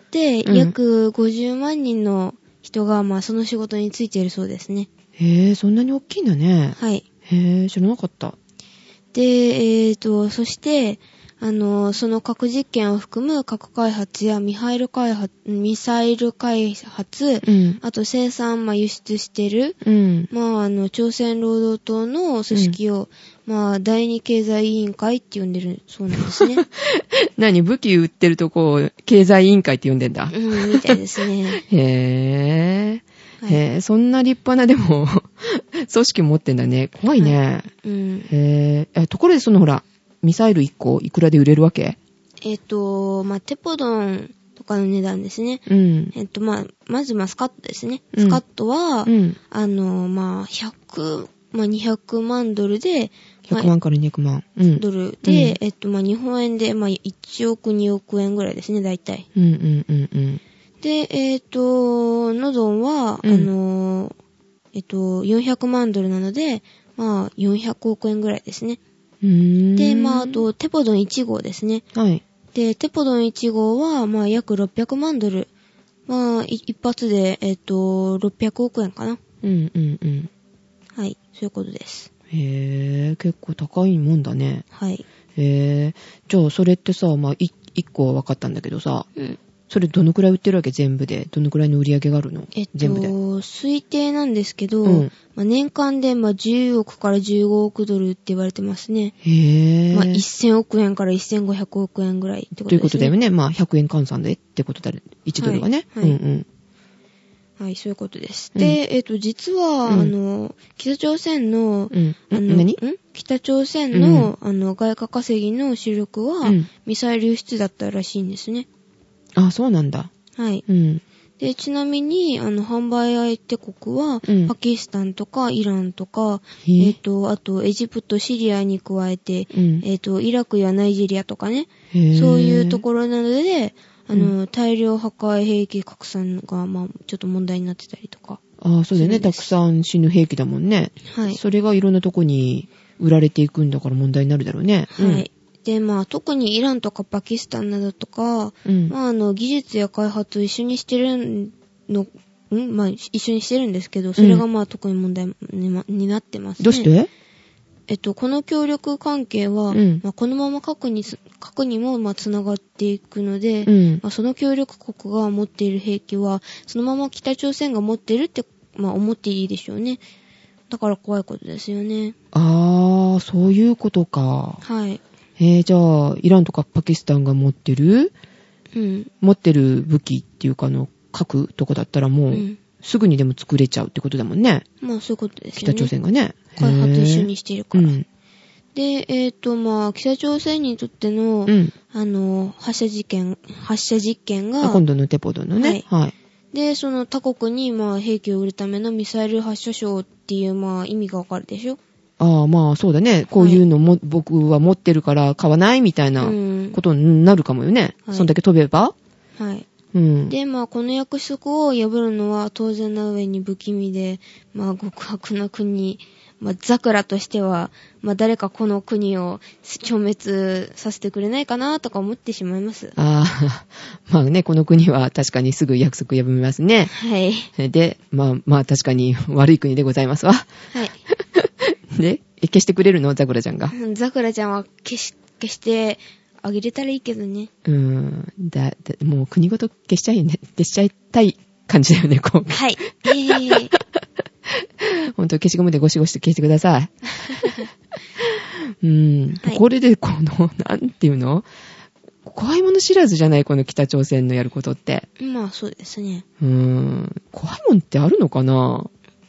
うん約ごじゅうまんにんの人が、まあ、その仕事に就いているそうですね。 へぇそんなに大きいんだね。 はい。 へぇ知らなかった。 で、えっと、そして、あの、その核実験を含む核開発やミサイル開発、ミサイル開発、 うん。 あと生産、まあ、輸出してる、 うん。 まあ、あの、朝鮮労働党の組織を、うん、まあ、第二経済委員会って呼んでるそうなんですね。 何武器売ってるとこう、経済委員会って呼んでんだ。 うん、みたいですね。 へぇー。はい、へぇそんな立派なでも、組織持ってんだね。怖いね。はい、 うん。 へぇー。ところでそのほら、ミサイルいっこいくらで売れるわけ？ えっと、まあ、テポドンとかの値段ですね。 うん。 えっと、まあ、まず、まあ、スカットですね。スカットは、 うん、 あの、まあ、ひゃく、まあ、にひゃくまんドルで、 ひゃくまんからにひゃくまん。うん、 ドルで、 うん、 えっと、まあ、日本円で、まあ、いちおく、におくえんぐらいですね、大体。 うん、うん、うん、うん。で、 えっと、ノドンは、うん、あの、えっと、よんひゃくまんドルなので、まあ、よんひゃくおくえんぐらいですね。 うーんで、まあ、あと、テポドンいち号ですね。 はい。 で、テポドンいち号は、まあ、約ろっぴゃくまんドル。まあ、一発で、えっと、ろっぴゃくおくえんかな。 うん、うん、うん。 はい、そういうことです。 へぇー、結構高いもんだね。 はい。 へぇー、じゃあ、それってさ、まあ、いっこは分かったんだけどさ、 うん。 それどのくらい売ってるわけ全部で。どのくらいの売り上げがあるのえっと、 全部で。 推定なんですけど、 うんまあ、年間でまあじゅうおくからじゅうごおくドルって言われてますね。 へぇー。 まあ、せんおくえんからせんごひゃくおくえんぐらいってことですね。 ということだよね。まあ、ひゃくえん換算でってことだね。いちドルがね。 はい。はい、 うんうん。 はい、そういうことです。 うん、 で、えっと、実は、 うん、 あの、北朝鮮の、 うん、 あの、 何？ ん北朝鮮の、うん、あの、外貨稼ぎの主力は、うん、ミサイル輸出だったらしいんですね。 あ、そうなんだ。 はい。 うん。 で、ちなみに、あの、販売相手国は、うん、パキスタンとか、イランとか、えっと、あと、エジプト、シリアに加えて、うん、えっと、イラクやナイジェリアとかね、そういうところなので、あの、うん、大量破壊兵器拡散が、まあ、ちょっと問題になってたりとか。 ああ、そうだよね。たくさん死ぬ兵器だもんね。はい。それがいろんなとこに売られていくんだから問題になるだろうね。 はい。うんで、まあ、特にイランとかパキスタンなどとか、うん、まあ、あの、技術や開発を一緒にしてるの、んまあ、一緒にしてるんですけど、それがまあ、特に問題に、ま、になってますね。 どうして？ えっと、この協力関係は、うん、まあ、このまま核に、核にも、まあ、繋がっていくので、うんまあ、その協力国が持っている兵器は、そのまま北朝鮮が持っているって、まあ、思っていいでしょうね。だから怖いことですよね。 ああ、そういうことか。 はい。 えー、じゃあ、イランとかパキスタンが持ってる、うん、持ってる武器っていうかの、核とかだったらもう、うん、すぐにでも作れちゃうってことだもんね。 まあ、そういうことですよね。 北朝鮮がね。 開発一緒にしているから。うん、で、えっと、まあ、北朝鮮にとっての、うん、あの、発射実験、発射実験が、 今度のテポドンのね。はい。はい、 で、その他国に、まあ、兵器を売るためのミサイル発射賞っていう、まあ、意味がわかるでしょ。 ああ、まあそうだね。こういうのも、はい、僕は持ってるから買わないみたいなことになるかもよね。うん、そんだけ飛べば。 はい。うん、で、まあこの約束を破るのは当然な上に不気味で、まあ極悪な国、まあザクラとしては、まあ誰かこの国を消滅させてくれないかなとか思ってしまいます。 ああ、まあね、この国は確かにすぐ約束破りますね。 はい。 で、まあまあ確かに悪い国でございますわ。はい。で、消してくれるのザクラちゃんが。 ザクラちゃんは消し、消してあげれたらいいけどね。 うーん。だ、だもう国ごと消しちゃいね。消しちゃいたい感じだよね、こう。 はい。えー。 ほんと消しゴムでゴシゴシと消してください。うーん、はい。これでこの、なんていうの？怖いもの知らずじゃない、この北朝鮮のやることって。 まあそうですね。 うーん。怖いもんってあるのかな？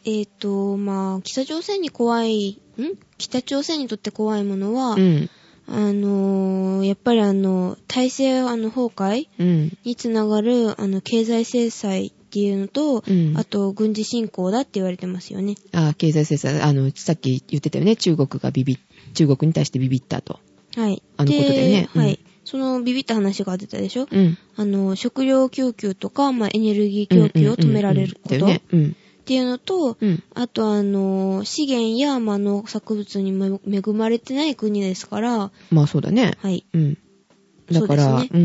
えっ、ー、と、まあ、北朝鮮に怖い、ん北朝鮮にとって怖いものは、 うん。 あのー、やっぱりあの、体制あの崩壊、 うん、 につながる、あの、経済制裁っていうのと、 うん、 あと、軍事侵攻だって言われてますよね。 ああ、経済制裁、あの、さっき言ってたよね。中国がビビ、中国に対してビビったと。 はい。 あのことだよね。 はい。うん、そのビビった話が出たでしょ。 うん。 あの、食料供給とか、まあ、エネルギー供給を止められること。だよね。うん。っていうのと、うん、あとあの、資源や、まあ、農作物にも恵まれてない国ですから。 まあそうだね。 はい。 うん。だから、うね、うん。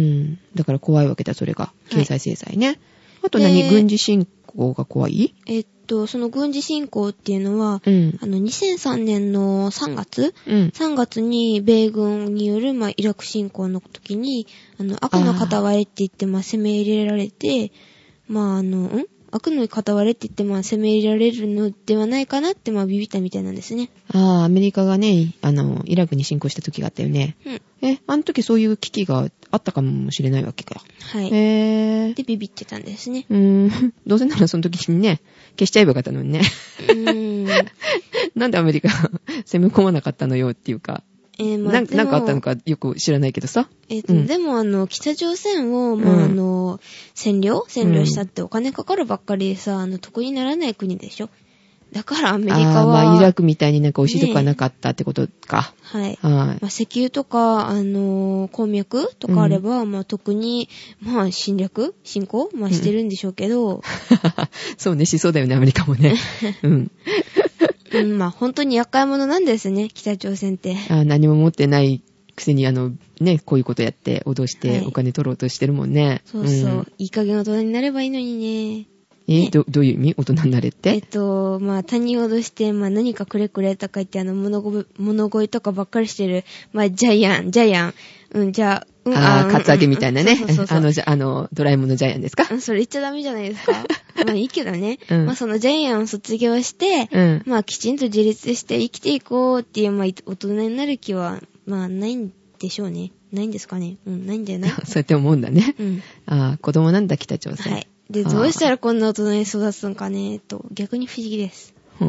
だから怖いわけだ、それが。経済制裁ね。はい、あと何、軍事侵攻が怖い？ えっと、その軍事侵攻っていうのは、うん、あの、にせんさんねんのさんがつ、うん、さんがつに米軍による、まあ、イラク侵攻の時に、あの、悪の片割れって言って、まあ、攻め入れられて、まあ、あの、ん悪の片割れって言って、まあ、攻め入れられるのではないかなって、まあ、ビビったみたいなんですね。 ああ、アメリカがね、あの、イラクに侵攻した時があったよね。うん。え、あの時そういう危機があったかもしれないわけか。 はい。 へー。 で、ビビってたんですね。 うーん。どうせならその時にね、消しちゃえばよかったのにね。うーん。なんでアメリカ攻め込まなかったのよっていうか。えー、まあ、な, なんかあったのかよく知らないけどさ。 えっ、ー、と、うん、でもあの、北朝鮮を、まあ、うん、あの、占領占領したってお金かかるばっかりでさ、あの、得にならない国でしょ。だからアメリカは。 あまあ、イラクみたいになんか美味しいとこはなかったってことか。 ね、はい。はい。まあ、石油とか、あの、鉱脈とかあれば、うん、まあ、特に、まあ、侵略侵攻まあ、してるんでしょうけど。うん、 そうね、しそうだよね、アメリカもね。うん。 うん、まあ本当に厄介者なんですね、北朝鮮って。 あ何も持ってないくせに、あの、ね、こういうことやって脅してお金取ろうとしてるもんね。はい、 そうそう、うん。いい加減大人になればいいのにね。 え、ね、ど、どういう意味？大人になれって？ えっと、まあ他人を脅して、まあ何かくれくれとか言って、あの、物ご、物乞いとかばっかりしてる、まあジャイアン、ジャイアン。うん、じゃあ、うん、 ああ、カツアゲみたいなね。そうそうそうそうあの、じゃ、あの、ドラえもんのジャイアンですか？ それ言っちゃダメじゃないですか。まあいいけどね。うん、まあそのジャイアンを卒業して、うん、まあきちんと自立して生きていこうっていう、まあ大人になる気は、まあないんでしょうね。ないんですかね。うん、ないんじゃない？ そうやって思うんだね。うん。ああ、子供なんだ、北朝鮮。はい。 で、どうしたらこんな大人に育つんかね、と、逆に不思議です。 うん。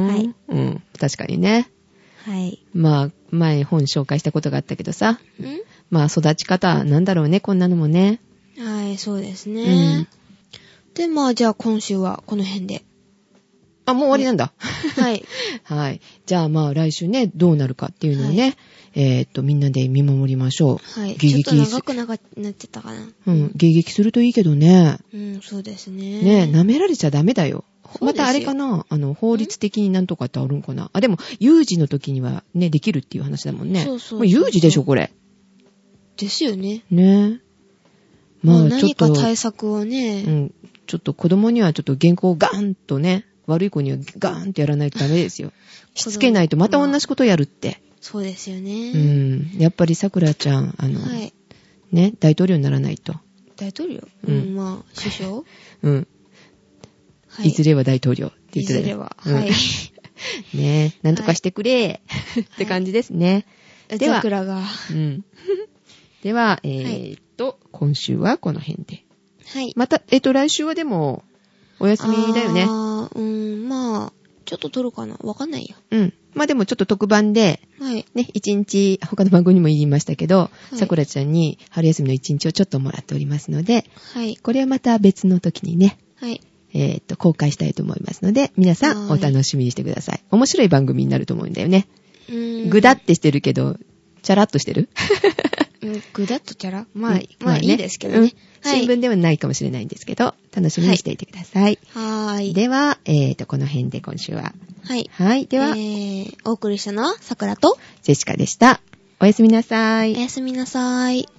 はい。うん。確かにね。 はい。 まあ、前本紹介したことがあったけどさ。んまあ、育ち方なんだろうね、こんなのもね。 はい、そうですね。うん、で、まあ、じゃあ今週はこの辺で。 あ、もう終わりなんだ。 はい。 はい。じゃあまあ、来週ね、どうなるかっていうのをね、はい、えー、っと、みんなで見守りましょう。はい。迎撃ちょっと長くなっちゃったかな。 うん。迎撃するといいけどね。 うん、そうですね。 ね、舐められちゃダメだよ。またあれかなあの、法律的になんとかってあるんかなあ、でも、有事の時にはね、できるっていう話だもんね。 そうそうそうそう。 まあ、有事でしょ、これ。 ですよね。 ね。 まあ、まあ、何か対策をね。 うん。ちょっと子供にはちょっと原稿をガーンとね、悪い子にはガーンってやらないとダメですよ。しつけないとまた同じことやるって。 そうですよね。 うん。やっぱりさくらちゃん、あの、はい、ね、大統領にならないと。 大統領？うん、うん、まあ、首相？ うん。はい、いずれは大統領って言ってた。 いずれは。うん、はい。 ねえ、なんとかしてくれ、はい、って感じですね。 はい、では、桜が。 うん。では、えー、っと、はい、今週はこの辺で。 はい。 また、えー、っと、来週はでも、お休みだよね。 あー、うん、まあ、ちょっと撮るかなわかんないや。 うん。まあでもちょっと特番で、はい。ね、一日、他の番組にも言いましたけど、さくらちゃんに春休みの一日をちょっともらっておりますので、はい。これはまた別の時にね、はい。えっと、公開したいと思いますので、皆さんお楽しみにしてください。面白い番組になると思うんだよね。うーん。ぐだってしてるけど、チャラッとしてるうん、ぐだっとチャラまあ、うん、まあいいですけどね、うんはい。新聞ではないかもしれないんですけど、楽しみにしていてください。 はい。 では、えっと、この辺で今週は。 はい。 はい。では、 えー、お送りしたのは、さくらと、 ジェシカでした。おやすみなさい。 おやすみなさい。